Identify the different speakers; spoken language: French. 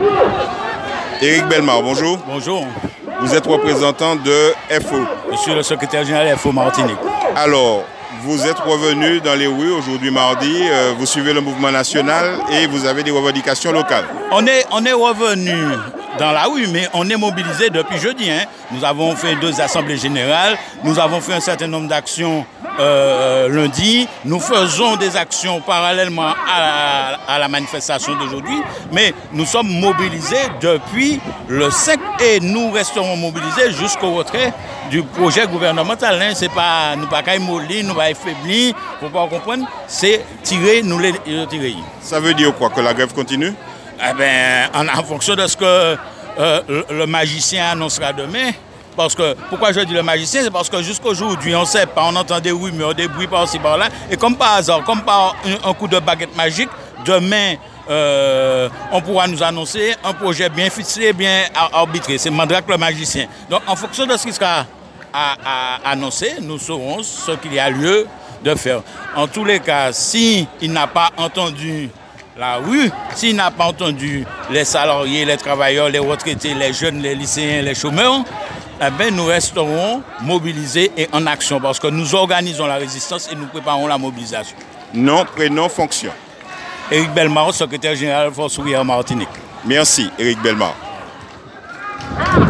Speaker 1: Éric Bellemare, bonjour.
Speaker 2: Bonjour,
Speaker 1: Vous êtes représentant de FO.
Speaker 2: je suis le secrétaire général FO Martinique.
Speaker 1: Alors, vous êtes revenu dans les rues aujourd'hui mardi, vous suivez le mouvement national et vous avez des revendications locales.
Speaker 2: On est revenu dans la rue, mais on est mobilisé depuis jeudi. Nous avons fait 2 assemblées générales, nous avons fait un certain nombre d'actions lundi. Nous faisons des actions parallèlement à la manifestation d'aujourd'hui, mais nous sommes mobilisés depuis le 5 et nous resterons mobilisés jusqu'au retrait du projet gouvernemental. C'est pas, nous pas mollir, nous pas affaiblir, faut pas comprendre, c'est tirer, nous les tirer.
Speaker 1: Ça veut dire quoi? Que la grève continue?
Speaker 2: Eh ben, en fonction de ce que le magicien annoncera demain. Parce que, pourquoi je dis le magicien? C'est parce que jusqu'aujourd'hui, on ne sait pas, on entend des rumeurs, des bruits par-ci par-là. Et comme par hasard, comme par un coup de baguette magique, demain, on pourra nous annoncer un projet bien ficelé, bien arbitré. C'est Mandrake le magicien. Donc, en fonction de ce qui sera annoncé, nous saurons ce qu'il y a lieu de faire. En tous les cas, s'il n'a pas entendu la rue, s'il n'a pas entendu les salariés, les travailleurs, les retraités, les jeunes, les lycéens, les chômeurs, eh bien, nous resterons mobilisés et en action parce que nous organisons la résistance et nous préparons la mobilisation.
Speaker 1: Nom, prénom, fonction.
Speaker 2: Éric Bellemare, secrétaire général Force ouvrière Martinique.
Speaker 1: Merci, Éric Bellemare.